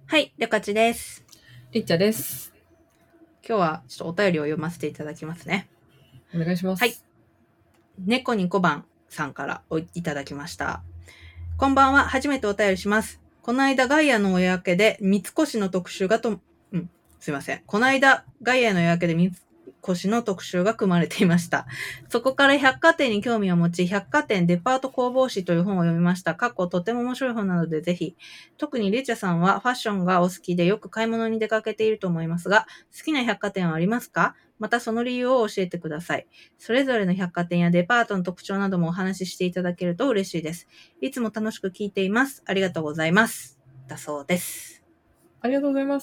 はい、りょかちです。 りっちゃです。 今日はちょっとお便りを読ませていただきますね。 お願いします。 はい。猫に小判さんからいただきました。こんばんは、初めてお便りします。この間ガイアのおやけで三越の特集がすいません。この間ガイアのおやけで三越の特集が組まれていました。そこから百貨店に興味を持ち、百貨店デパート工房誌という本を読みました。とても面白い本なのでぜひ。特にリチャさんはファッションがお好きでよく買い物に出かけていると思いますが、好きな百貨店はありますか？またその理由を教えてください。それぞれの百貨店やデパートの特徴などもお話ししていただけると嬉しいです。いつも楽しく聞いています。ありがとうございます。だそうです。 ありがとうございます。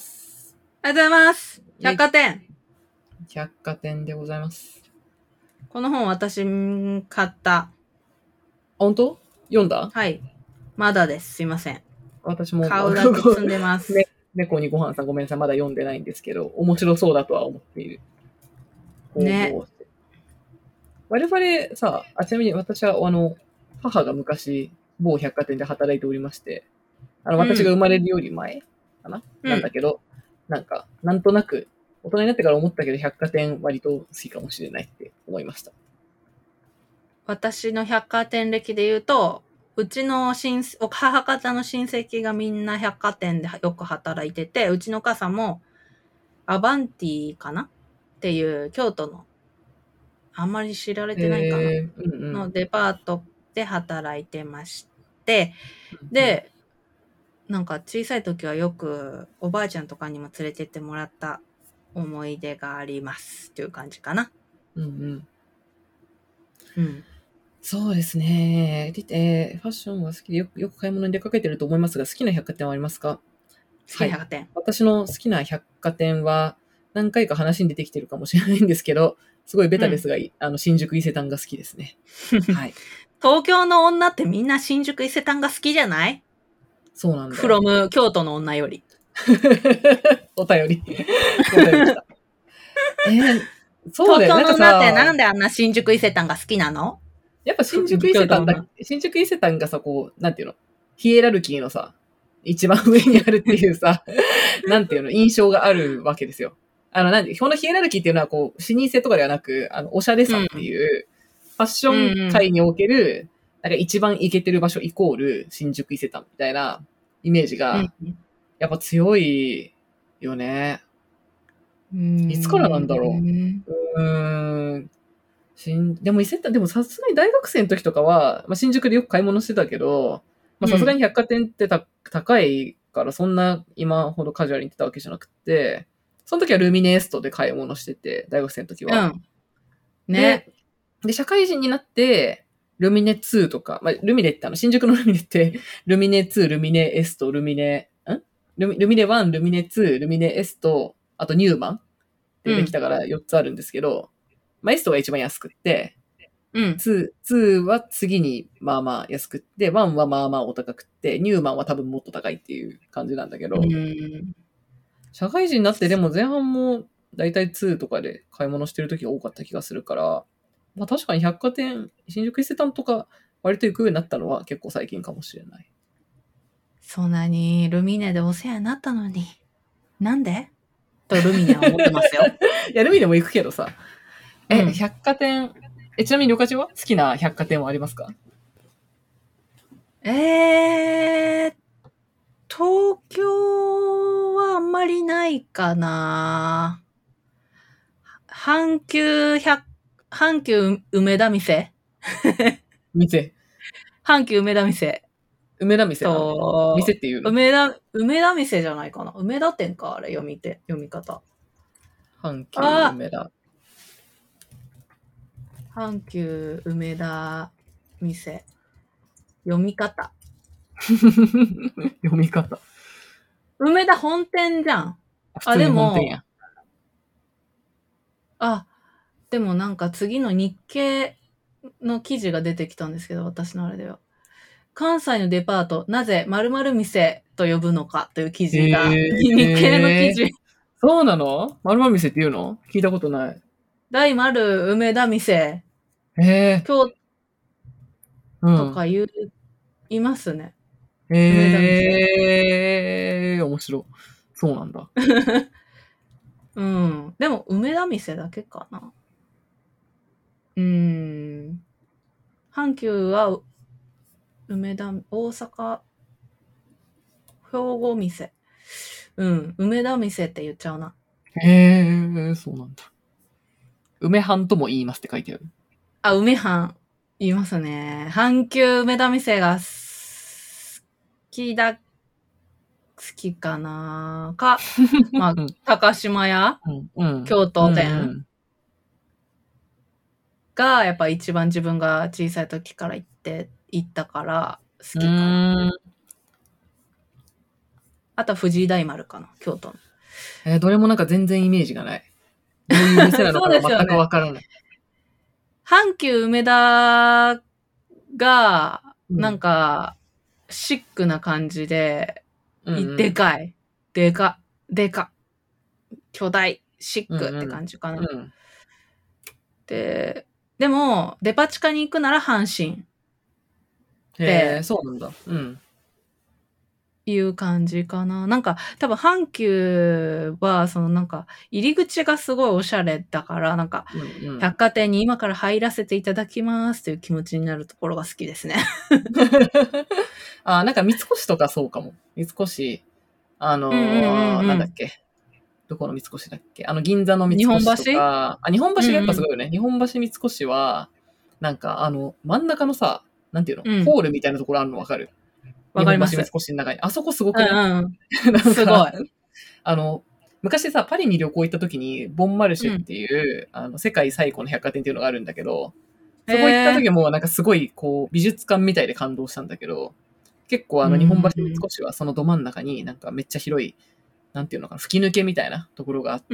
ありがとうございます。百貨店。 百貨店でございます。 この本私買った。 本当？読んだ？ はい。まだです。すいません。 私も買うだけ積んでます。 猫にご飯さんごめんなさい。まだ読んでないんですけど、面白そうだとは思っている。 ね。 我々さ、ちなみに私は母が昔某百貨店で働いておりまして、私が生まれるより前かな、なんだけど、なんとなく、大人になってから思ったけど、百貨店割と好きかもしれないって思いました。 私の百貨店歴で言うと、うちの母方の親戚がみんな百貨店でよく働いてて、うちの母さんもアバンティかなっていう京都のあんまり知られてないかな、のデパートで働いてまして、で、なんか小さい時はよくおばあちゃんとかにも連れてってもらった思い出がありますっていう感じかな。 そうですね。ファッションは好きでよく買い物に出かけてると思いますが、好きな百貨店はありますか？ 好きな百貨店。はい、 私の好きな百貨店は何回か話に出てきてるかもしれないんですけど、すごいベタですが、新宿伊勢丹が好きですね。はい。 東京の女ってみんな新宿伊勢丹が好きじゃない？ そうなんだ。 from 京都の女より。 お便り。お便り来た。 そうだよね。東京の女ってなんであんな新宿伊勢丹が好きなの？ やっぱ新宿伊勢丹がさ、こう、なんていうの、ヒエラルキーのさ、一番上にあるっていうさ、なんていうの、印象があるわけですよ。このヒエラルキーっていうのは、こう、老舗とかではなく、おしゃれさっていう、ファッション界における、なんか一番イケてる場所イコール新宿伊勢丹みたいなイメージが、やっぱ強いよね。いつからなんだろう。でも伊勢丹、でもさすがに大学生の時とかは、新宿でよく買い物してたけど、さすがに百貨店って高いからそんな今ほどカジュアルに行ってたわけじゃなくて、その時はルミネエストで買い物してて、大学生の時は。ね。で、社会人になって、ルミネ2とか、ルミネって新宿のルミネって、ルミネ2、ルミネエスト、ルミネ1、ルミネ2、ルミネエスト、あとニューマンってできたから4つあるんですけど、エストが一番安くって、2は次にまあまあ安くって、1はまあまあお高くって、ニューマンは多分もっと高いっていう感じなんだけど、社会人になってでも前半もだいたい2とかで買い物してる時が多かった気がするから、確かに百貨店、新宿伊勢丹とか割と行くようになったのは結構最近かもしれない。 そんなにルミネでお世話になったのに、なんでとルミネは思ってますよ。 いや、ルミネも行くけどさ。百貨店、ちなみにりょかちは好きな百貨店はありますか？ 東京はあんまりないかな。阪急梅田店阪急梅田店。 梅田店店っていうの？ 梅田店じゃないかな。梅田店か、あれ、読み方。 阪急梅田。 阪急梅田店。読み方。 読み方。 梅田本店じゃん。 でも、 でもなんか次の日経の記事が出てきたんですけど、私のあれでは。関西のデパート、なぜ〇〇店と呼ぶのかという記事が、日経の記事。 そうなの？〇〇店って言うの？聞いたことない。 大丸梅田店。 京都とか言いますね。 面面白い。そうなんだ。 うん。でも、梅田店だけかな。阪急は、梅田、大阪、兵庫店。梅田店って言っちゃうな。 へえ、そうなんだ。梅半とも言いますって書いてある。 あ、梅飯、言いますね。阪急梅田店が好きかなか、まあ、 うん高島屋、 うん京都店、 うんが、やっぱ一番自分が小さい時から行ったから好きかな。あとは藤井大丸かな、京都の。 どれもなんか全然イメージがない。どういう店なのかが全くわからない。 阪急梅田が、なんか、シックな感じで、でかい。でか。巨大。シックって感じかな。でも、デパ地下に行くなら阪神。 へえ、そうなんだ。 いう感じかな。なんか、多分阪急は、なんか、入り口がすごいおしゃれだから、なんか、百貨店に今から入らせていただきますという気持ちになるところが好きですね。 なんか三越とかそうかも。三越、なんだっけ。どこの三越だっけ？銀座の三越とか。日本橋がやっぱすごいよね。日本橋三越は、なんか真ん中のさ、なんていうの、ホールみたいなところあるのわかる？ わかります。 日本橋三越の中に。あそこすごくない？ すごい。 昔さ、パリに旅行行った時に、ボンマルシェっていう、世界最古の百貨店っていうのがあるんだけど、そこ行った時もなんかすごい、こう、美術館みたいで感動したんだけど、結構日本橋三越はそのど真ん中になんかめっちゃ広い、なんていうのかな、吹き抜けみたいなところがあって、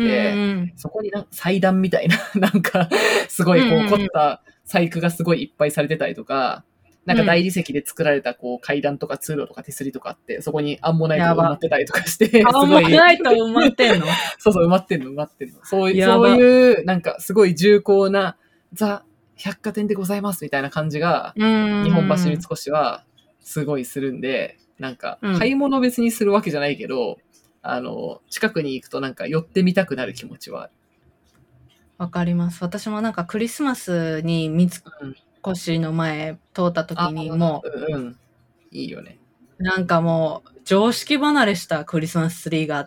そこに祭壇みたいな、なんか、すごいこう凝った細工がすごいいっぱいされてたりとか、なんか大理石で作られたこう階段とか通路とか手すりとかあって、そこにアンモナイトが埋まってたりとかして、すごい。 アンモナイト埋まってんの？ そう、埋まってんの。そういう、なんかすごい重厚なザ・百貨店でございますみたいな感じが、日本橋三越はすごいするんで、なんか買い物別にするわけじゃないけど、近くに行くとなんか寄ってみたくなる気持ちはある。 わかります。私もなんかクリスマスに三越の前通った時にもう、いいよね。 なんかもう常識離れしたクリスマスツリーがあって、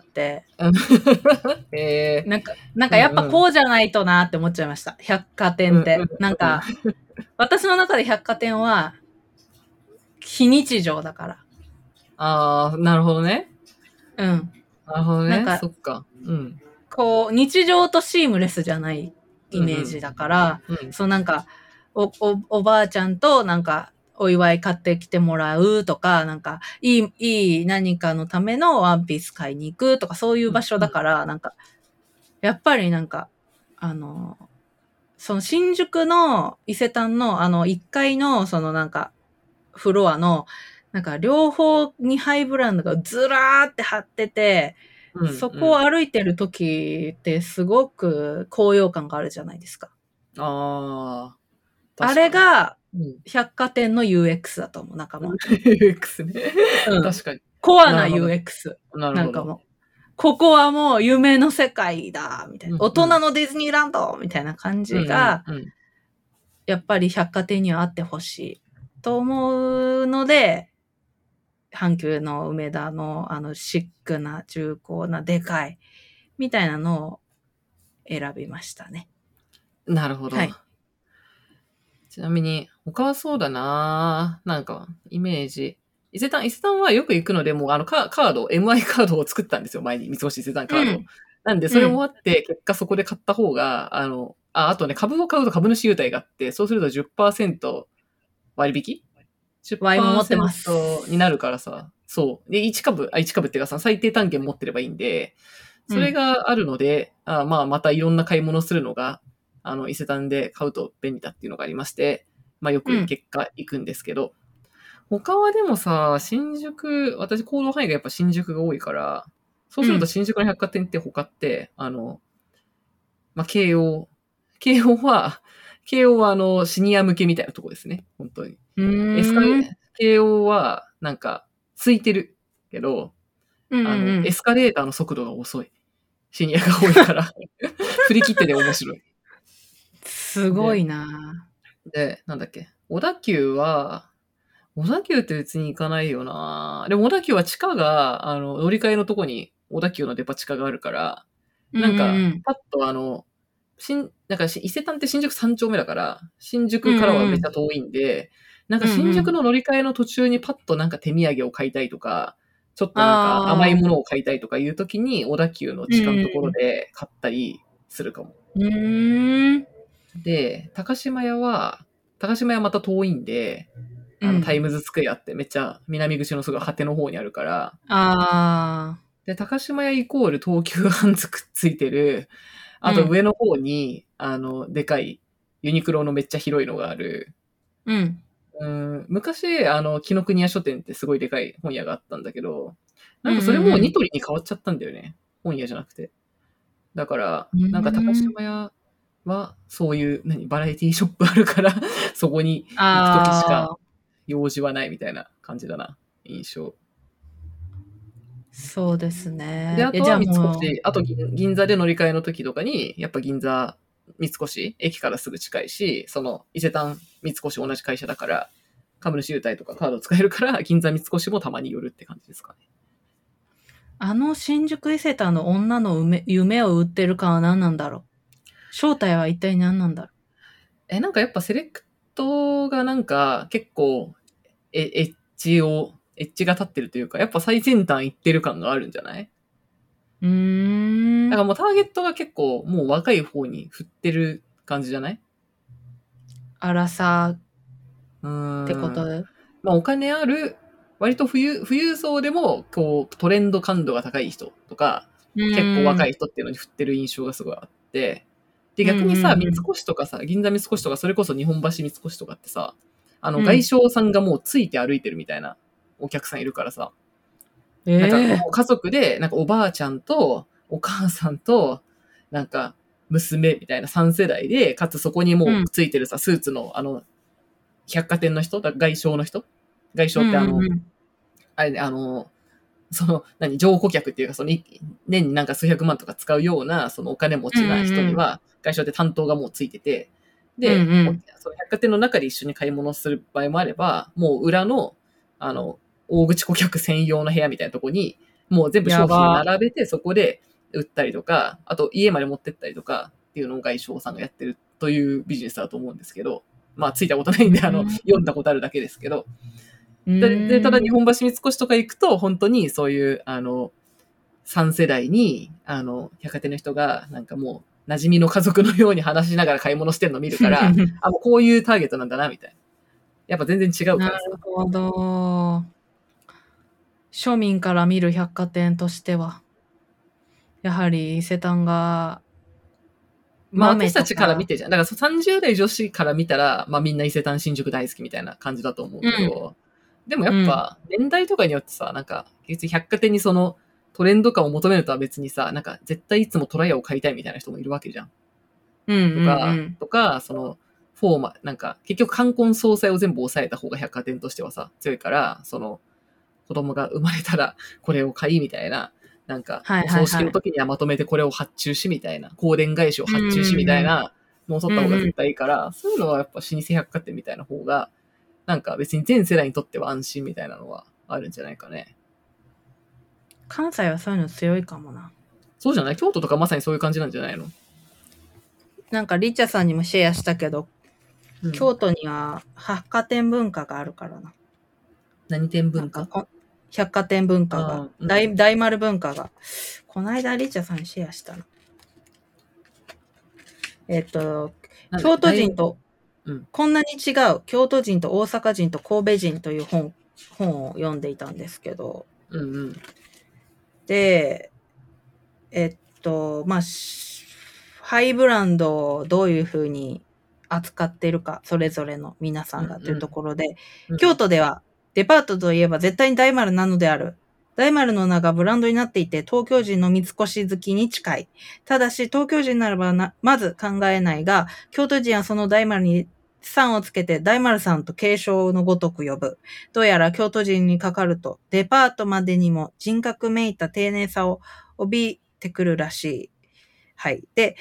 なんかやっぱこうじゃないとなって思っちゃいました。百貨店って。なんか、私の中で百貨店は非日常だから。 なるほどね。 なるほどね。なんかそっか。 こう、日常とシームレスじゃないイメージだから、そうなんか、おばあちゃんとなんか、お祝い買ってきてもらうとか、なんか、いい何かのためのワンピース買いに行くとか、そういう場所だから、なんか、やっぱりなんか、その新宿の伊勢丹の1階のそのなんか、フロアの、なんか両方にハイブランドがずらーって貼ってて、そこを歩いてる時ってすごく高揚感があるじゃないですか。あれが百貨店の UX だと思う。なんかもう。 UX ね。確かに。 コアな UX。なんかもう。ここはもう夢の世界だ、みたいな。大人のディズニーランドみたいな感じが、やっぱり百貨店にはあってほしいと思うので、阪急の梅田のシックな重厚なでかいみたいなのを選びましたね。 なるほど。はい、ちなみに他はそうだな、なんかイメージ。伊勢丹はよく行くので、もうカード、MI カードを作ったんですよ、前に。三越伊勢丹カード。なんで、それもあって、結果そこで買った方が、あとね、株を買うと株主優待があって、そうすると 10% 割引 ?10% も持ってます。 になるからさ。そう。で、1株っていうかさ、最低単元持ってればいいんで、それがあるので、またいろんな買い物するのが、伊勢丹で買うと便利だっていうのがありまして、よく結果行くんですけど、他はでもさ、新宿、私行動範囲がやっぱ新宿が多いから、そうすると新宿の百貨店って他って、慶応はシニア向けみたいなとこですね、本当に。慶応は、なんか、空いてるけど、 エスカレーターの速度が遅い。シニアが多いから。振り切ってで面白い。 すごいな。 で、なんだっけ。小田急って別に行かないよな。でも小田急は地下が、乗り換えのとこに小田急のデパ地下があるから、なんか、パッとなんか伊勢丹って新宿3丁目だから、新宿からはめっちゃ遠いんで、なんか新宿の乗り換えの途中にパッとなんか手土産を買いたいとか、ちょっとなんか甘いものを買いたいとかいう時に小田急の地下のところで買ったりするかも。で、高島屋また遠いんで、タイムズスクエアってめっちゃ南口のすぐ果ての方にあるから、で、高島屋イコール東急ハンズくっついてる、あと上の方に、でかいユニクロのめっちゃ広いのがある。昔、紀ノ国屋書店ってすごいでかい本屋があったんだけど、なんかそれもうニトリに変わっちゃったんだよね。本屋じゃなくて。だから、なんか高島屋はそういう、バラエティショップあるから、そこに行くときしか用事はないみたいな感じだな、印象。 そうですね。 で、あとは三越、あと銀座で乗り換えの時とかに、やっぱ銀座、三越、駅からすぐ近いし、その伊勢丹、三越同じ会社だから、株主優待とかカード使えるから、銀座三越もたまに寄るって感じですかね。 新宿伊勢丹の女の夢を売ってる感は何なんだろう。正体は一体何なんだろう。なんかやっぱセレクトがなんか結構、エッジが立ってるというか、やっぱ最先端行ってる感があるんじゃない？だからもうターゲットが結構もう若い方に振ってる感じじゃない？ アラサーってことで。 まあお金ある、割と富裕層でもこうトレンド感度が高い人とか、結構若い人っていうのに振ってる印象がすごいあって、で逆にさ、三越とかさ、銀座三越とかそれこそ日本橋三越とかってさ、外商さんがもうついて歩いてるみたいなお客さんいるからさ、なんか家族で、なんかおばあちゃんとお母さんと、なんか娘みたいな3世代で、かつそこにもうついてるさ、スーツの百貨店の人、外商の人、外商ってあれね、乗顧客っていうか、年になんか数百万とか使うような、そのお金持ちな人には、外商って担当がもうついてて、で、その百貨店の中で一緒に買い物する場合もあれば、もう裏の、大口顧客専用の部屋みたいなとこに、もう全部商品並べて、そこで売ったりとか、あと家まで持ってったりとかっていうのを外商さんがやってるというビジネスだと思うんですけど、まあ、ついたことないんで、読んだことあるだけですけど、で、ただ日本橋三越とか行くと、本当にそういう、3世代に、百貨店の人が、なんかもう、馴染みの家族のように話しながら買い物してるのを見るから、もうこういうターゲットなんだな、みたいな。やっぱ全然違うからさ。 なるほど。庶民から見る百貨店としては、やはり伊勢丹が、 まあ私たちから見てじゃん。だから30代女子から見たら、まあみんな伊勢丹新宿大好きみたいな感じだと思うけど、でもやっぱ年代とかによってさ、なんか別に百貨店にそのトレンド感を求めるとは別にさ、なんか絶対いつもトライアを買いたいみたいな人もいるわけじゃん。とか、そのフォーマ、なんか結局冠婚葬祭を全部抑えた方が百貨店としてはさ、強いから、その子供が生まれたらこれを買いみたいな、なんか、葬式の時にはまとめてこれを発注しみたいな、香典返しを発注しみたいなのを取った方が絶対いいから、そういうのはやっぱ老舗百貨店みたいな方が、なんか別に全世代にとっては安心みたいなのはあるんじゃないかね。 関西はそういうの強いかもな。 そうじゃない？京都とかまさにそういう感じなんじゃないの？ なんかリチャさんにもシェアしたけど、京都には百貨店文化があるからな。 何店文化？ 百貨店文化が、大丸文化が。この間リチャさんにシェアしたの。京都人と、こんなに違う京都人と大阪人と神戸人という本を読んでいたんですけど、で、まあ、ハイブランドをどういうふうに扱ってるか、それぞれの皆さんがというところで、京都ではデパートといえば絶対に大丸なのである。大丸の名がブランドになっていて、東京人の三越好きに近い。ただし、東京人ならばまず考えないが、京都人はその大丸にさんをつけて大丸さんと継承のごとく呼ぶ。どうやら京都人にかかると、デパートまでにも人格めいた丁寧さを帯びてくるらしい。はい。で、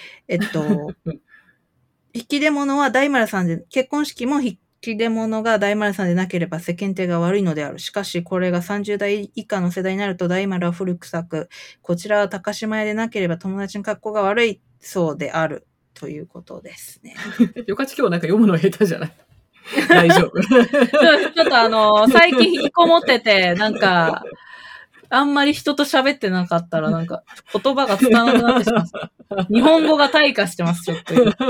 引き出物は大丸さんで、結婚式も引き出物が大丸さんでなければ世間体が悪いのである。しかし、これが30代以下の世代になると大丸は古臭く、こちらは高島屋でなければ友達の格好が悪いそうである。ということですね。 よかち今日なんか読むの下手じゃない大丈夫。 ちょっと最近引きこもってて、なんか、あんまり人と喋ってなかったら、なんか、言葉が伝わらなくなってしまう。日本語が退化してます、ちょっと。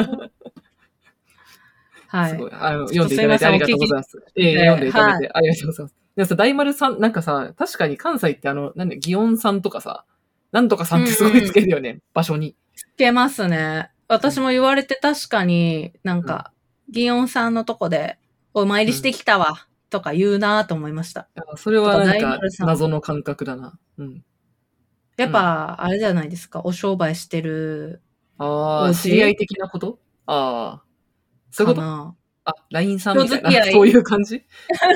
はい。 すごい。読んでいただいてありがとうございます。読んでいただいてありがとうございます。でもさ、大丸さん、なんかさ、確かに関西ってなんで、祇園さんとかさ、なんとかさんってすごいつけるよね、場所に。 つけますね。私も言われて確かになんか、祇園さんのとこでお参りしてきたわ、とか言うなと思いました。 それはなんか謎の感覚だな。 やっぱ、あれじゃないですか、お商売してる。 知り合い的なこと？そういうこと？LINE さんみたいな、そういう感じ？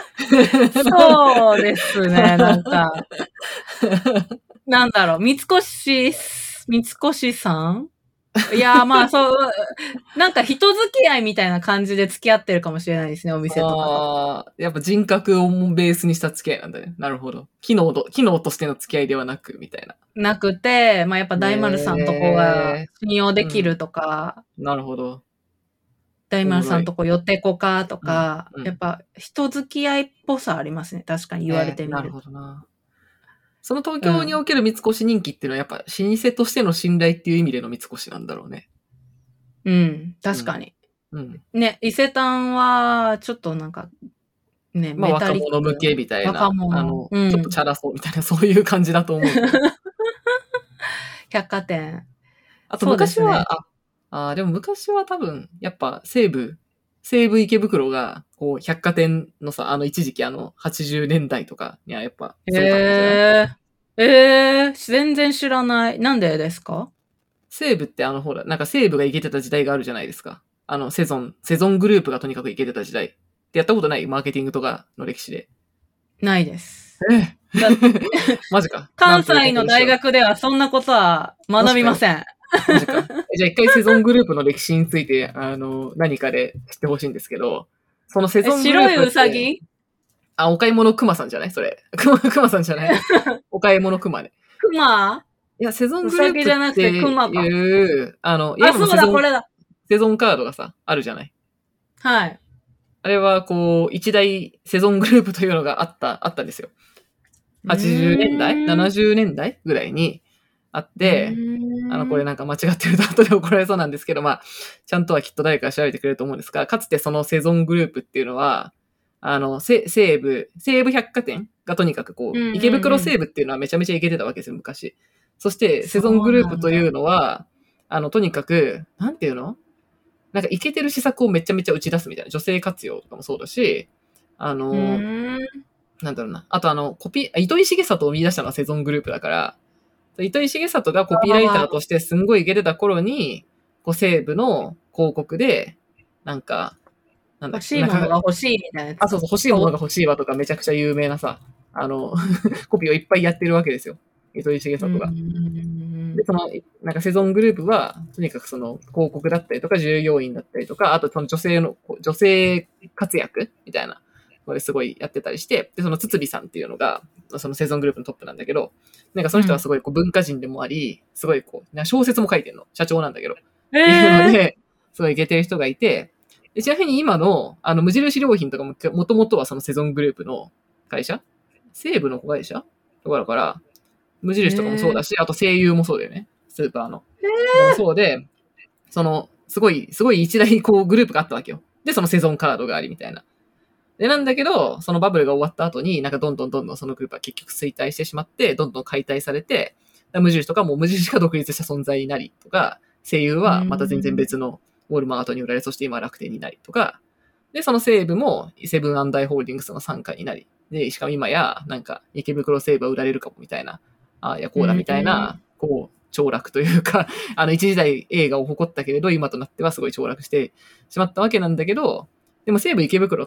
そうですね、なんか。なんだろう、三越さん？いや、まあそう、なんか人付き合いみたいな感じで付き合ってるかもしれないですね、お店とかと。 やっぱ人格をベースにした付き合いなんだね。なるほど。機能としての付き合いではなく、みたいな。 なくて、まあやっぱ大丸さんとこが信用できるとか。 なるほど。 大丸さんとこ寄ってこかとか、やっぱ人付き合いっぽさありますね。確かに言われてみる。 なるほどな。その東京における三越人気っていうのはやっぱ老舗としての信頼っていう意味での三越なんだろうね。 確かに。ね、伊勢丹はちょっとなんか、ね、 まあ若者向けみたいな。ちょっとチャラそうみたいな、そういう感じだと思う。 百貨店。 あと昔は、でも昔は多分、やっぱ西武池袋が、こう、百貨店のさ、一時期80年代とかにはやっぱ、すごかったじゃない？全然知らない。なんでですか？ 西武ってほら、なんか西武がイケてた時代があるじゃないですか。セゾングループがとにかくイケてた時代。ってやったことない？マーケティングとかの歴史で。 ないです。 マジか。 関西の大学ではそんなことは学びません。 マジか。じゃあ一回セゾングループの歴史について、何かで知ってほしいんですけど、そのセゾングループって。 白いウサギ？ お買い物クマさんじゃないそれ。クマさんじゃないお買い物クマね。 クマ？ いや、セゾングループっていう、 じゃなくてクマか。 そうだ、これだ。 セゾンカードがさ、あるじゃない。 はい。 あれは、こう、一大セゾングループというのがあったんですよ。80年代 ?70 年代ぐらいにあって、これなんか間違ってると後で怒られそうなんですけど、まあ、ちゃんとはきっと誰か調べてくれると思うんですが、かつてそのセゾングループっていうのは、西武百貨店がとにかくこう、池袋西武っていうのはめちゃめちゃイケてたわけですよ、昔。そして、セゾングループというのは、とにかく、なんていうの？なんかイケてる施策をめちゃめちゃ打ち出すみたいな。女性活用とかもそうだし、なんだろうな。あと糸井重里を見出したのはセゾングループだから、糸井重里がコピーライターとしてすんごいイケてた頃に、こう西武の広告で、なんか、なんだ欲しいものが欲しいみたいな。 そう、欲しいものが欲しいわとかめちゃくちゃ有名なさ、コピーをいっぱいやってるわけですよ。糸井重里が。で、なんかセゾングループは、とにかくその広告だったりとか従業員だったりとか、あとその女性活躍みたいな、これすごいやってたりして、で、そのつつびさんっていうのが、そのセゾングループのトップなんだけど、なんかその人はすごいこう文化人でもあり、すごいこう、小説も書いてんの。社長なんだけど。っていうので、すごいイケてる人がいて、でちなみに今の、無印良品とかも、もともとはそのセゾングループの会社？西武の子会社とかだから、無印とかもそうだし、あと声優もそうだよね。スーパーの。そうで、すごい一大こうグループがあったわけよ。で、そのセゾンカードがありみたいな。で、なんだけど、そのバブルが終わった後に、なんかどんどんそのグループは結局衰退してしまって、どんどん解体されて、無印とかも無印が独立した存在になりとか、声優はまた全然別のウォルマートに売られ、そして今楽天になりとか、で、その西武もセブン&アイ・ホールディングスの傘下になり、で、しかも今や、なんか池袋西武は売られるかもみたいな、こうだみたいな、こう、凋落というか、一時代映画を誇ったけれど、今となってはすごい凋落してしまったわけなんだけど、 でも西武池袋って、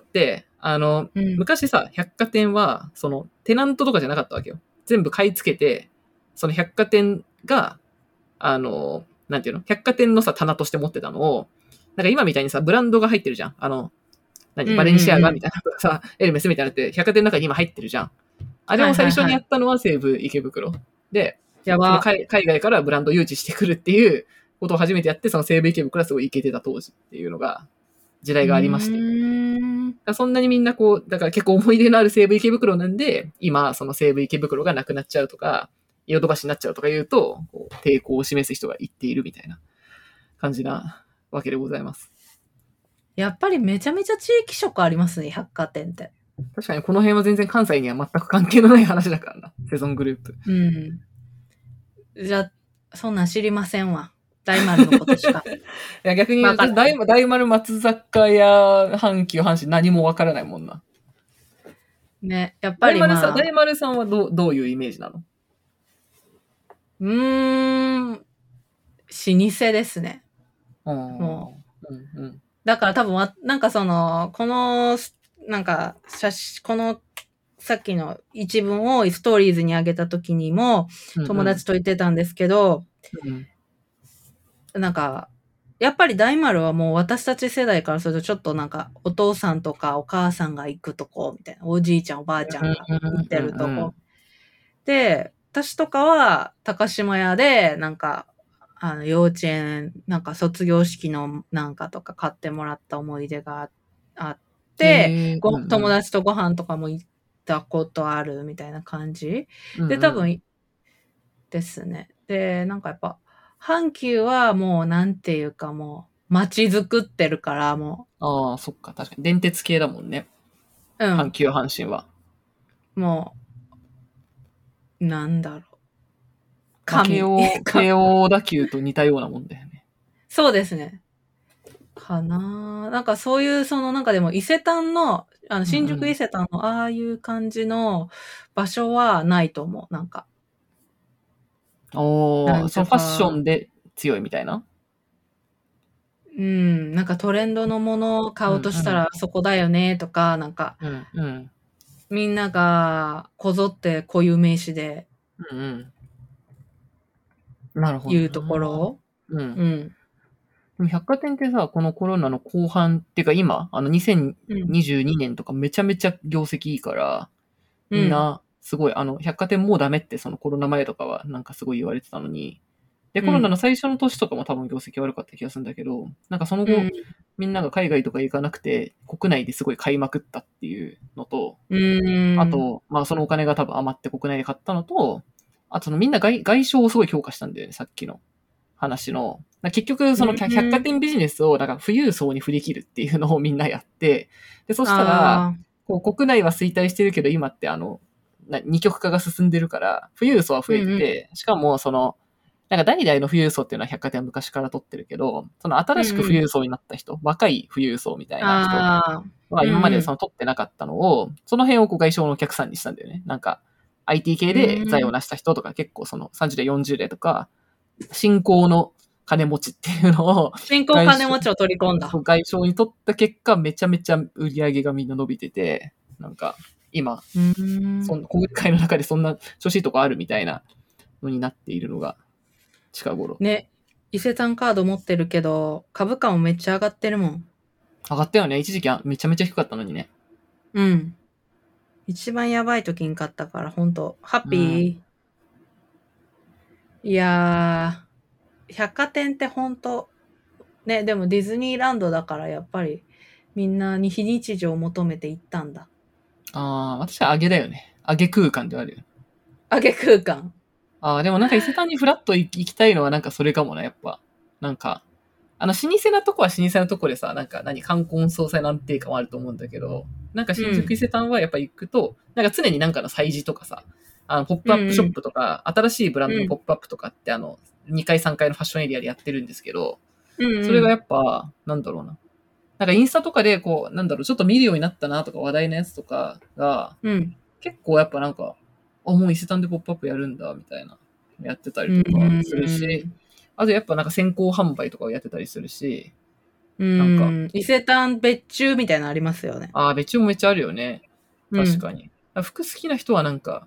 うん。 昔さ、百貨店は、その、テナントとかじゃなかったわけよ。全部買い付けて、その百貨店が、なんていうの百貨店のさ、棚として持ってたのを、なんか今みたいにさ、ブランドが入ってるじゃん。バレンシアガみたいなのとかさ、エルメスみたいなのって百貨店の中に今入ってるじゃん。あれを最初にやったのは西武池袋。で、 やば。 その海外からブランド誘致してくるっていうことを初めてやって、その西武池袋はすごいイケてた当時っていうのが、時代がありまして。そんなにみんなこう、だから結構思い出のある西武池袋なんで、今、その西武池袋がなくなっちゃうとか、ヨドバシになっちゃうとか言うと、こう抵抗を示す人が言っているみたいな感じなわけでございます。 やっぱりめちゃめちゃ地域色ありますね、百貨店って。 確かにこの辺は全然関西には全く関係のない話だからな、セゾングループ。 うん。じゃあ、そんなん知りませんわ。大丸のことしか。 いや逆に言うと、大丸、松坂屋、阪急、阪神何もわからないもんな。 ね、やっぱりまあ。 大丸さんはどういうイメージなの？ 老舗ですね。もう。 うんうん、 だから多分、なんかその、この、なんか、この、さっきの一文をストーリーズに上げた時にも、友達と言ってたんですけど、なんか、やっぱり大丸はもう私たち世代からするとちょっとなんかお父さんとかお母さんが行くとこみたいな、おじいちゃんおばあちゃんが行ってるとこ。で、私とかは高島屋でなんか、幼稚園、なんか卒業式のなんかとか買ってもらった思い出があって、友達とご飯とかも行ったことあるみたいな感じ。で、多分、ですね。で、なんかやっぱ、阪急はもうなんていうかもう、街づくってるからもう。ああ、そっか。確かに。電鉄系だもんね。 うん。 阪急阪神は。 もう、なんだろう。 慶応田急と似たようなもんだよね。 そうですね。かななんかそういう、そのなんかでも伊勢丹の、新宿伊勢丹のああいう感じの場所はないと思う。なんか。 そのファッションで強いみたいな？ なんかトレンドのものを買おうとしたらそこだよねとか、なんか、みんながこぞって固有名詞で言うところ。 でも百貨店ってさ、このコロナの後半っていうか今、2022年とかめちゃめちゃ業績いいから、みんなすごい、百貨店もうダメってそのコロナ前とかはなんかすごい言われてたのに、で、コロナの最初の年とかも多分業績悪かった気がするんだけど、なんかその後、みんなが海外とか行かなくて、国内ですごい買いまくったっていうのと、あと、まあそのお金が多分余って国内で買ったのと、あとみんな外商をすごい強化したんだよね、さっきの話の。結局、その百貨店ビジネスを、なんか富裕層に振り切るっていうのをみんなやって、で、そしたら、こう国内は衰退してるけど、今って二極化が進んでるから、富裕層は増えてて、しかもその、なんか代々の富裕層っていうのは百貨店は昔から取ってるけど、その新しく富裕層になった人、若い富裕層みたいな人は今までその取ってなかったのを、その辺をこう外商のお客さんにしたんだよね。なんか、IT 系で財を成した人とか結構その30代、40代とか、新興の金持ちっていうのを、 新興金持ちを取り込んだ。 外商に取った結果、めちゃめちゃ売り上げがみんな伸びてて、なんか、今、そん小会の中でそんな調子いいとこあるみたいなのになっているのが、近頃。 ね。伊勢丹カード持ってるけど、株価もめっちゃ上がってるもん。 上がったよね。一時期めちゃめちゃ低かったのにね。 一番やばい時に買ったから、ほんと、ハッピー。いやー、百貨店ってほんと、ね、でもディズニーランドだからやっぱりみんなに非日常を求めて行ったんだ。 私は揚げだよね。揚げ空間ではあるよ。 揚げ空間。 でもなんか伊勢丹にフラッと行きたいのはなんかそれかもな、やっぱ。なんか、老舗なとこは老舗なとこでさ、なんか冠婚葬祭なんていうかもあると思うんだけど、なんか新宿伊勢丹はやっぱ行くと、なんか常になんかの催事とかさ、ポップアップショップとか、新しいブランドのポップアップとかって2階3階のファッションエリアでやってるんですけど、それがやっぱ、なんだろうな。なんかインスタとかでこう、なんだろう、ちょっと見るようになったなとか話題のやつとかが、結構やっぱなんか、もう伊勢丹でポップアップやるんだ、みたいな、やってたりとかするし、あとやっぱなんか先行販売とかをやってたりするし、 なんか。 伊勢丹別注みたいなのありますよね。 ああ、別注もめっちゃあるよね。確かに。 に。服好きな人はなんか、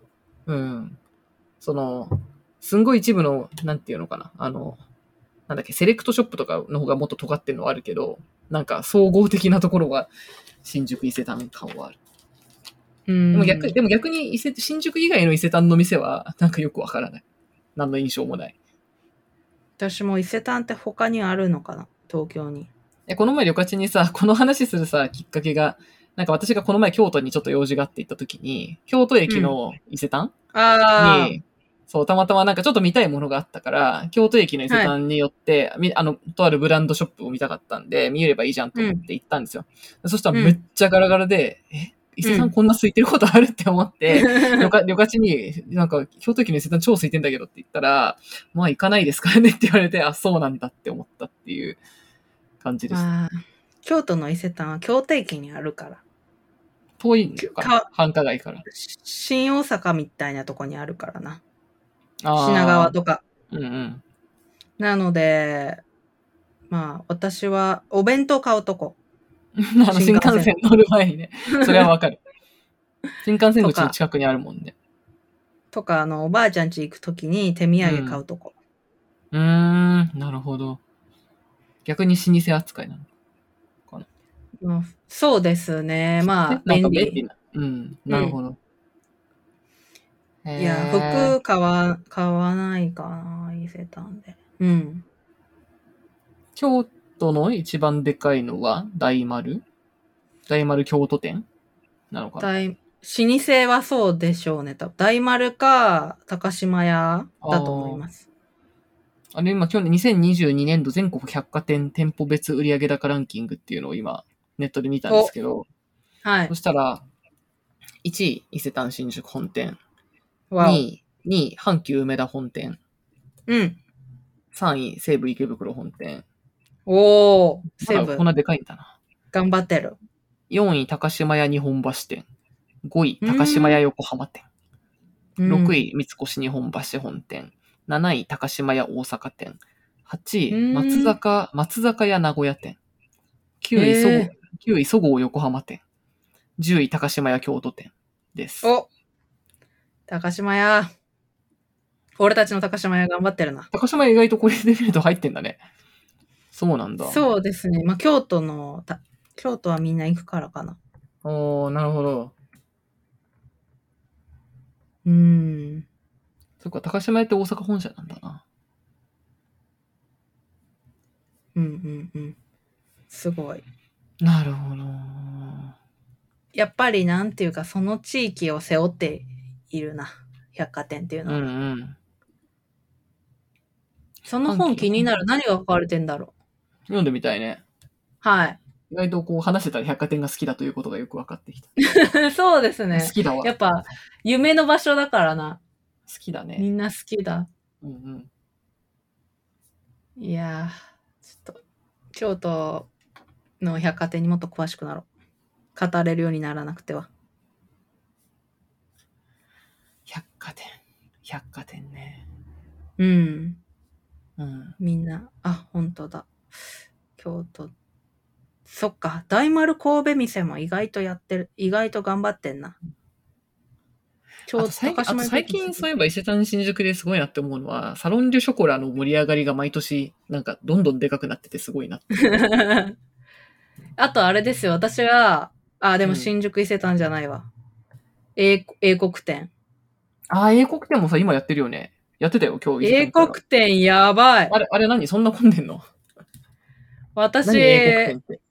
すんごい一部の、なんていうのかな。なんだっけ、セレクトショップとかの方がもっと尖ってるのはあるけど、なんか総合的なところは新宿伊勢丹感はある。でも逆に新宿以外の伊勢丹の店はなんかよくわからない。何の印象もない。 私も伊勢丹って他にあるのかな、東京に。 この前旅客地にさ、この話するさ、きっかけが、なんか私がこの前京都にちょっと用事があって行った時に、京都駅の伊勢丹、に、そう、たまたまなんかちょっと見たいものがあったから、京都駅の伊勢丹によって、とあるブランドショップを見たかったんで、見れればいいじゃんと思って行ったんですよ。そしたらめっちゃガラガラで、伊勢丹こんな空いてることあるって思って、旅客地に、なんか、京都駅の伊勢丹超空いてんだけどって言ったら、まあ行かないですからねって言われて、あ、そうなんだって思ったっていう感じです。 京都の伊勢丹は京都駅にあるから。 遠いのかな、繁華街から。 新大阪みたいなとこにあるからな。品川とか。なので、まあ、私はお弁当買うとこ。 新幹線乗る前にね。それはわかる。新幹線口の近くにあるもんね。 とか、おばあちゃん家行くときに手土産買うとこ。 なるほど。逆に老舗扱いなのかな。 そうですね。まあ、便利な。なるほど。 いや、服買わないかな、伊勢丹で。 京都の一番でかいのは大丸京都店なのかな。 老舗はそうでしょうね。大丸か高島屋だと思います。 今、去年2022年度全国百貨店店舗別売上高ランキングっていうのを今、ネットで見たんですけど、そしたら、1位、伊勢丹新宿本店。2位、阪急梅田本店。3位、西武池袋本店。 おー、西武。 こんなでかいんだな。 頑張ってる。 4位、高島屋日本橋店。5位、高島屋横浜店。6位、三越日本橋本店。7位、高島屋大阪店。8位、松坂屋名古屋店。9位、そごう横浜店。10位、高島屋京都店です。 高島屋。俺たちの高島屋頑張ってるな。 高島屋意外とこれで見ると入ってんだね。そうなんだ。 そうですね。まあ、京都はみんな行くからかな。 なるほど。そっか、高島屋って大阪本社なんだな。 すごい。 なるほど。 やっぱりなんていうか、その地域を背負っているな。百貨店っていうのは。その本気になる。何が書かれてんだろう。読んでみたいね。 はい。 意外とこう話してたら百貨店が好きだということがよく分かってきた。そうですね。 好きだわ。 やっぱ、夢の場所だからな。 好きだね。 みんな好きだ。いやー、ちょっと、京都の百貨店にもっと詳しくなろう。語れるようにならなくては。 百貨店ね。 みんな、本当だ。京都。そっか、大丸神戸店も意外と頑張ってんな。 最近そういえば伊勢丹新宿ですごいなって思うのは、サロンデュショコラの盛り上がりが毎年なんかどんどんでかくなっててすごいなって。 あとあれですよ、私は、でも新宿伊勢丹じゃないわ。英国店。 英国店もさ、今やってるよね。やってたよ、今日。 英国店やばい。 あれ何そんな混んでんの？ 私、 英国店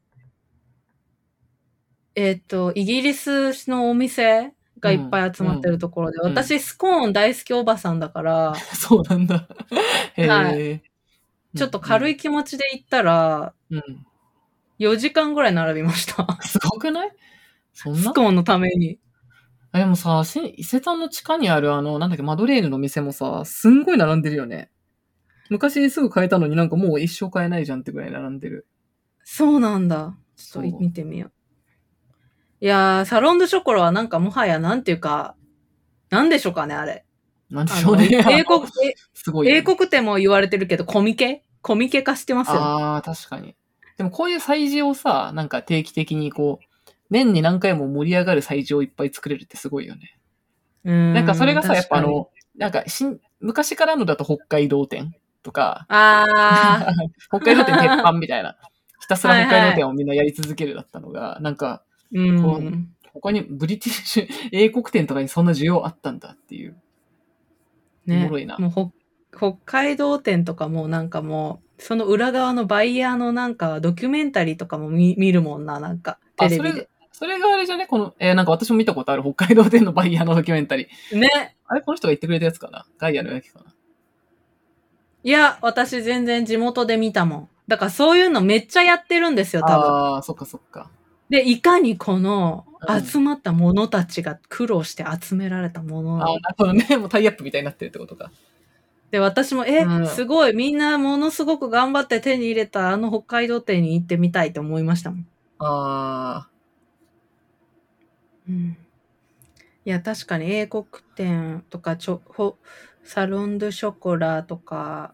って。イギリスのお店がいっぱい集まってるところで、私スコーン大好きおばさんだから。 そうなんだ。 はい。ちょっと軽い気持ちで行ったら、4時間ぐらい並びました。 すごくない？そんな？ スコーンのために。 でもさ、伊勢丹の地下にあるなんだっけ、マドレーヌの店もさ、すんごい並んでるよね。昔すぐ買えたのになんかもう一生買えないじゃんってぐらい並んでる。 そうなんだ。ちょっと見てみよう。いやー、サロンドショコラはなんかもはやなんていうか、なんでしょうかね、あれ。 なんでしょうね。 すごい、ね。英国店も言われてるけど、コミケ化してますよね。 確かに。 でもこういう催事をさ、なんか定期的にこう、年に何回も盛り上がる催事をいっぱい作れるってすごいよね。なんかそれがさ、やっぱなんか昔からのだと北海道展とか、北海道展鉄板みたいな、ひたすら北海道展をみんなやり続けるだったのが、なんか、こう他にブリティッシュ英国展とかにそんな需要あったんだっていう。 ね、 おもろいな。 もう北海道展とかもなんかもう、その裏側のバイヤーのなんかドキュメンタリーとかも見るもんな、なんかテレビで。 それがあれじゃねこの、なんか私も見たことある北海道展のバイヤーのドキュメンタリー。 ね。 あれこの人が言ってくれたやつかなガイアのやつかな。 いや、私全然地元で見たもん。だからそういうのめっちゃやってるんですよ、多分。 ああ、そっかそっか。 で、いかにこの集まった者たちが苦労して集められたものなの。 なるほどね。もうタイアップみたいになってるってことか。 で、私も、すごい、みんなものすごく頑張って手に入れたあの北海道店に行ってみたいと思いましたもん。 ああ。 うん。いや、確かに英国店とかサロン・ドゥ・ショコラとか、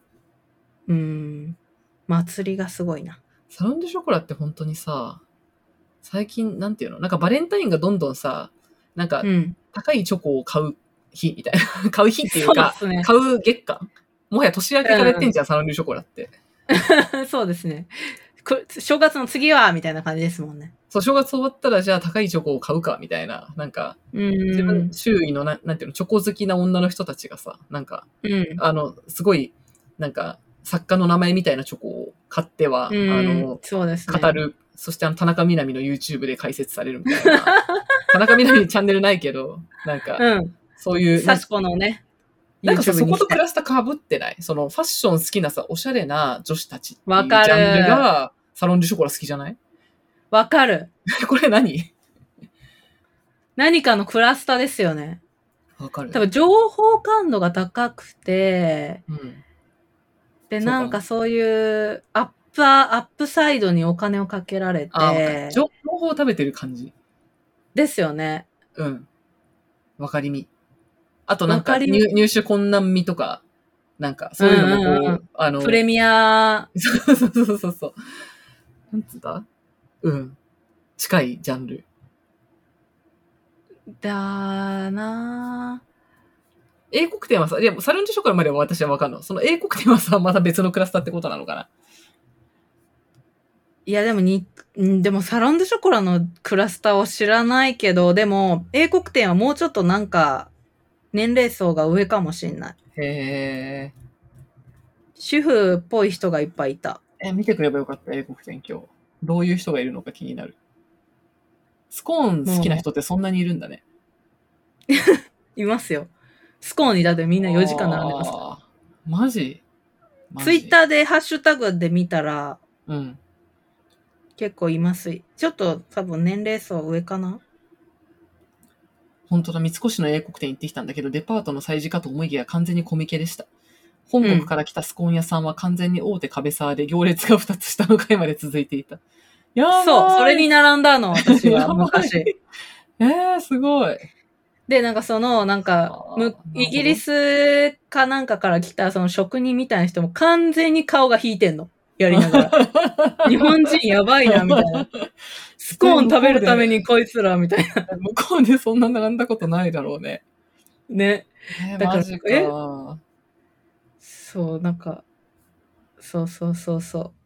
祭りがすごいな。 サロン・ドゥ・ショコラって本当にさ、最近、なんていうのなんかバレンタインがどんどんさ、なんか、高いチョコを買う日みたいな。買う日っていうか、買う月間もはや年明けからやってんじゃん、サロン・ドゥ・ショコラって。 そうですね。正月の次はみたいな感じですもんね。 そう、正月終わったらじゃあ高いチョコを買うか、みたいな。なんか、自分、周囲のなんていうの、チョコ好きな女の人たちがさ、なんか、すごい、なんか、作家の名前みたいなチョコを買っては、 そうですね、 語る。そして田中みな実の YouTube で解説されるみたいな。田中みな実チャンネルないけど、なんか、そういう。 サシコのね。 なんかさ、そことクラスター被ってないそのファッション好きなさ、おしゃれな女子たちっていうジャンルが、サロン・デュ・ショコラ好きじゃないわかる。 これ何かのクラスターですよね。 わかる。 多分情報感度が高くて、で、なんかそういうアップサイドにお金をかけられて。 情報を食べてる感じ。 ですよね。 わかりみ。あとなんか入手困難味とか、なんかそういうのもこう、 プレミア。 そう。なんつった近いジャンル。 だなぁ。 英国店はさ、いや、サロン・デュ・ショコラまでは私はわかんの。その英国店はさ、また別のクラスターってことなのかな。 いや、でもサロン・デュ・ショコラのクラスターを知らないけど、でも、英国店はもうちょっとなんか、年齢層が上かもしんない。 へー。 主婦っぽい人がいっぱいいた。 見てくればよかった、英国店今日。どういう人がいるのか気になる。スコーン好きな人ってそんなにいるんだね。 いますよ。スコーンにだってみんな4時間並んでますから。 マジツイッターでハッシュタグで見たら、結構います。ちょっと多分年齢層上かな。 本当だ、三越の英国店行ってきたんだけど、デパートの催事かと思いきや完全にコミケでした。本国から来たスコーン屋さんは完全に大手壁沢で行列が2つ下の階まで続いていた。 そう、それに並んだの、私は、昔。 すごい。 で、なんかイギリスかなんかから来たその職人みたいな人も完全に顔が引いてんの。やりながら。日本人やばいな、みたいな。スコーン食べるためにこいつら、みたいな。 向こうでそんな並んだことないだろうね。 ね。 だから、マジか。 そう、なんか、そう。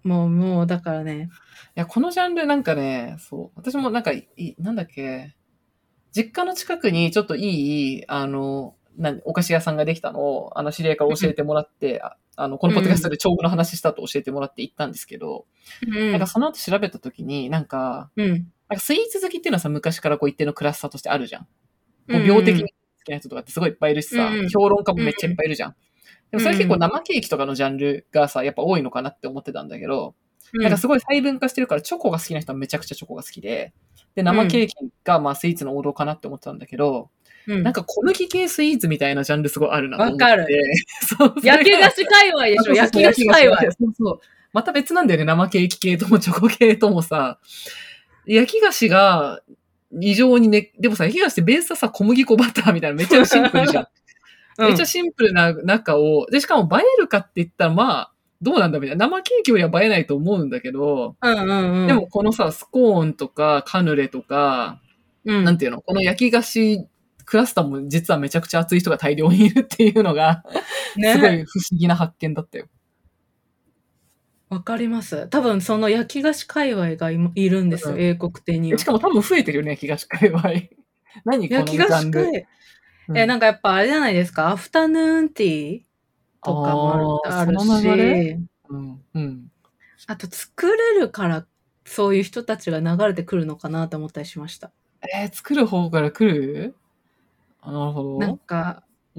もう、だからね。 いや、このジャンルなんかね、そう。私もなんか、なんだっけ。実家の近くにちょっといい、お菓子屋さんができたのを、知り合いから教えてもらって、このポッドキャストで調布の話したと教えてもらって行ったんですけど、なんかその後調べたときに、なんかスイーツ好きっていうのはさ、昔からこう一定のクラスターとしてあるじゃん。こう病的に好きな人とかってすごいいっぱいいるしさ、評論家もめっちゃいっぱいいるじゃん。でもそれ結構生ケーキとかのジャンルがさ、やっぱ多いのかなって思ってたんだけど、なんかすごい細分化してるから、チョコが好きな人はめちゃくちゃチョコが好きで、生ケーキがまあスイーツの王道かなって思ってたんだけど、なんか小麦系スイーツみたいなジャンルすごいあるなと思って。わかる。 焼き菓子界隈でしょ、焼き菓子界隈。 そう。また別なんだよね、生ケーキ系ともチョコ系ともさ。焼き菓子が異常にね、でもさ、焼き菓子ってベースはさ、小麦粉バターみたいなめっちゃシンプルじゃん。めっちゃシンプルな中を、で、しかも映えるかって言ったらまあ、 どうなんだみたいな。生ケーキよりは映えないと思うんだけど、 うんうんうん。 でもこのさ、スコーンとかカヌレとか、なんていうの、この焼き菓子クラスターも実はめちゃくちゃ熱い人が大量にいるっていうのが、 ね、 すごい不思議な発見だったよ。 わかります。多分その焼き菓子界隈がいるんですよ、英国店には。 しかも多分増えてるよね、焼き菓子界隈。何このジャンル。 なんかやっぱあれじゃないですか、アフタヌーンティーとかもあるし、あと作れるからそういう人たちが流れてくるのかなと思ったりしました。 作る方から来る？なるほど。 なんか、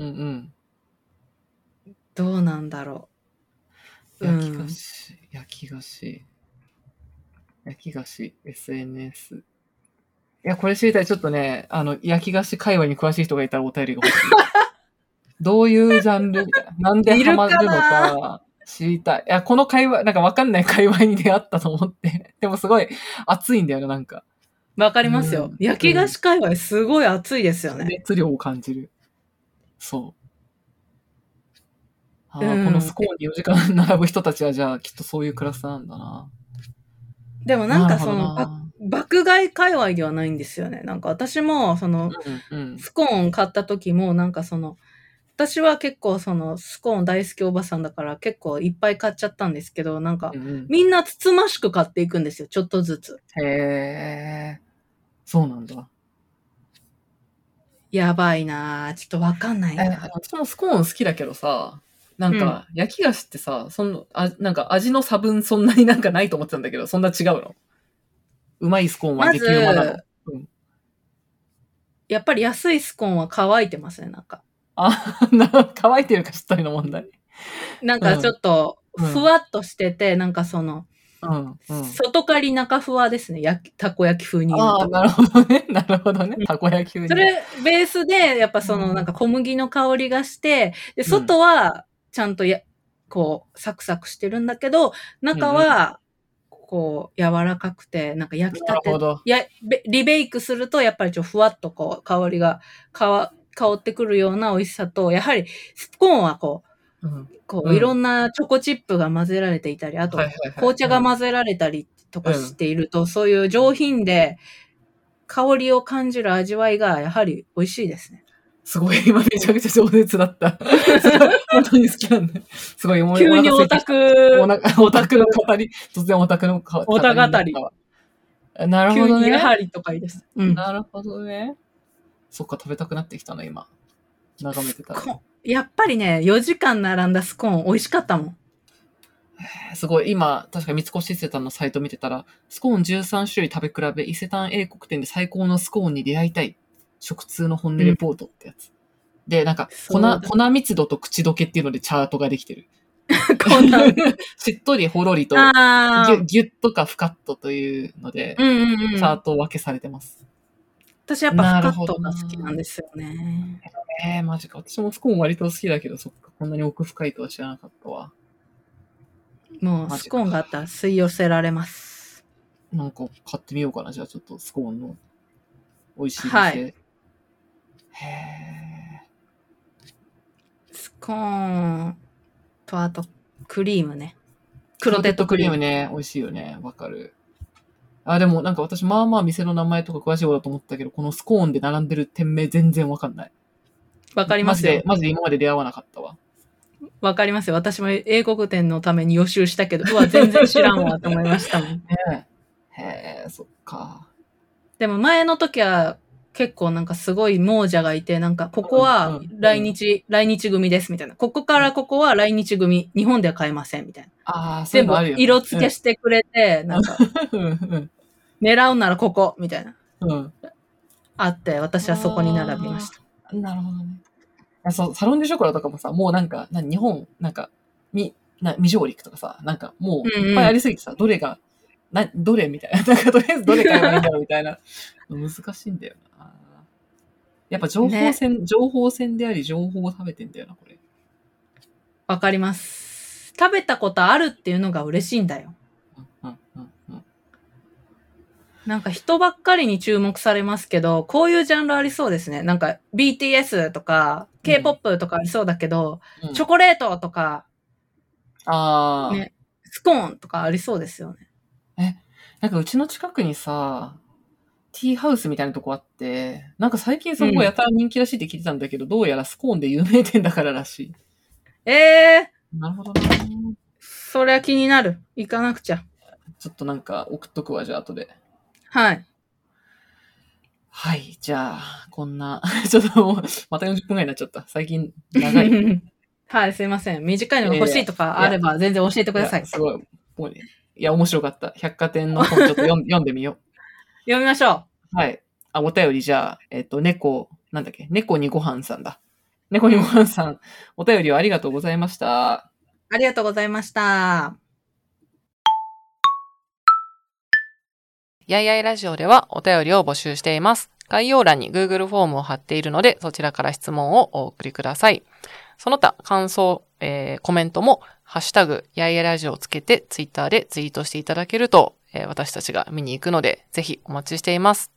どうなんだろう。焼き菓子、SNS。いや、これ知りたい。ちょっとね、焼き菓子界隈に詳しい人がいたらお便りが欲しい。どういうジャンルみたいな。なんでハマるのか知りたい。いや、この界隈、なんかわかんない界隈に出会ったと思って。でもすごい熱いんだよね、なんか。 わかりますよ。焼き菓子界隈すごい熱いですよね。 熱量を感じる。そう。このスコーンに4時間並ぶ人たちはじゃあきっとそういうクラスなんだな。 でもなんかその、爆買い界隈ではないんですよね。なんか私もその、スコーン買った時もなんかその、私は結構そのスコーン大好きおばさんだから結構いっぱい買っちゃったんですけど、なんかみんなつつましく買っていくんですよ、ちょっとずつ。 へー。そうなんだ。 やばいなぁ。ちょっとわかんないな。 私もスコーン好きだけどさ、なんか、焼き菓子ってさ、なんか味の差分そんなになんかないと思ってたんだけど、そんな違うの？うまいスコーンは激うまなの？ やっぱり安いスコーンは乾いてますね、なんか。 乾いてるかしっとりの問題。 なんかちょっと、ふわっとしてて、なんかその、外刈り中ふわですね。たこ焼き風に言うと。 なるほどね。なるほどね。たこ焼き風に。 それ、ベースで、やっぱその、なんか小麦の香りがして、で、外は、ちゃんとこう、サクサクしてるんだけど、中は、こう、柔らかくて、なんか焼きたて、リベイクすると、やっぱりふわっとこう、香りが香ってくるような美味しさと、やはり、スコーンはこう、いろんなチョコチップが混ぜられていたり、あと、紅茶が混ぜられたりとかしていると、そういう上品で、香りを感じる味わいが、やはり美味しいですね。 すごい、今めちゃくちゃ上手だった。本当に好きなんだ。すごい、 急にオタクの語り、突然オタクの語り。 オタ語り。 なるほどね。 急にやはりとかいいです。 なるほどね。そっか、食べたくなってきたな、今。眺めてたら。 やっぱりね、4時間並んだスコーン美味しかったもん。 すごい、今、確か三越伊勢丹のサイト見てたら、スコーン13種類食べ比べ、伊勢丹英国店で最高のスコーンに出会いたい。食通の本音レポートってやつ。で、なんか、粉密度と口どけっていうのでチャートができてる。しっとりほろりと、ギュッとかフカッとというので、チャートを分けされてます。 私やっぱフカットが好きなんですよね。 マジか。私もスコーン割と好きだけど、そっか、こんなに奥深いとは知らなかったわ。 もうスコーンがあったら吸い寄せられます。 なんか買ってみようかな。じゃあちょっとスコーンの美味しい店。 はい。スコーンとあとクリームね。 クロテッドクリームね。美味しいよね。わかる。でもなんか私まあまあ店の名前とか詳しい方だと思ったけど、このスコーンで並んでる店名全然わかんない。 わかりますよ。 マジで今まで出会わなかったわ。 わかりますよ。私も英国店のために予習したけど、全然知らんわと思いましたもん。 そっか。 でも前の時は結構なんかすごい亡者がいて、なんかここは来日組ですみたいな。ここからここは来日組、日本では買えませんみたいな。全部色付けしてくれて、なんか、狙うならここみたいな。あって、私はそこに並びました。 なるほどね。そう、サロンデュショコラとかもさ、もうなんか、日本、なんか、未上陸とかさ、なんかもういっぱいありすぎてさ、どれみたいな。なんかとりあえずどれ買えばいいんだろうみたいな。難しいんだよな。やっぱ情報戦であり、情報を食べてんだよな、これ。 わかります。食べたことあるっていうのが嬉しいんだよ。なんか人ばっかりに注目されますけど、こういうジャンルありそうですね。なんか BTS とか K-POP とかありそうだけど、チョコレートとか、 ああ。 ね。スコーンとかありそうですよね。 なんかうちの近くにさ、ティーハウスみたいなとこあって、なんか最近そこやたら人気らしいって聞いてたんだけど、どうやらスコーンで有名店だかららしい。なるほどな。 そりゃ気になる。行かなくちゃ。 ちょっとなんか送っとくわ、じゃあ後で。 はい。 はい、じゃあ、こんな、ちょっともう、また40分ぐらいになっちゃった。最近、長い。 はい、すいません。短いのが欲しいとかあれば全然教えてください。 すごい。もうね、いや、面白かった。百貨店の本ちょっと読んでみよう。 読みましょう。はい。お便りじゃあ、なんだっけ、猫にごはんさんだ。猫にごはんさん、お便りをありがとうございました。 ありがとうございました。 やいやいラジオではお便りを募集しています。概要欄に Google フォームを貼っているので、そちらから質問をお送りください。その他、感想、コメントも、ハッシュタグ、やいやラジオをつけて、ツイッターでツイートしていただけると、私たちが見に行くので、ぜひお待ちしています。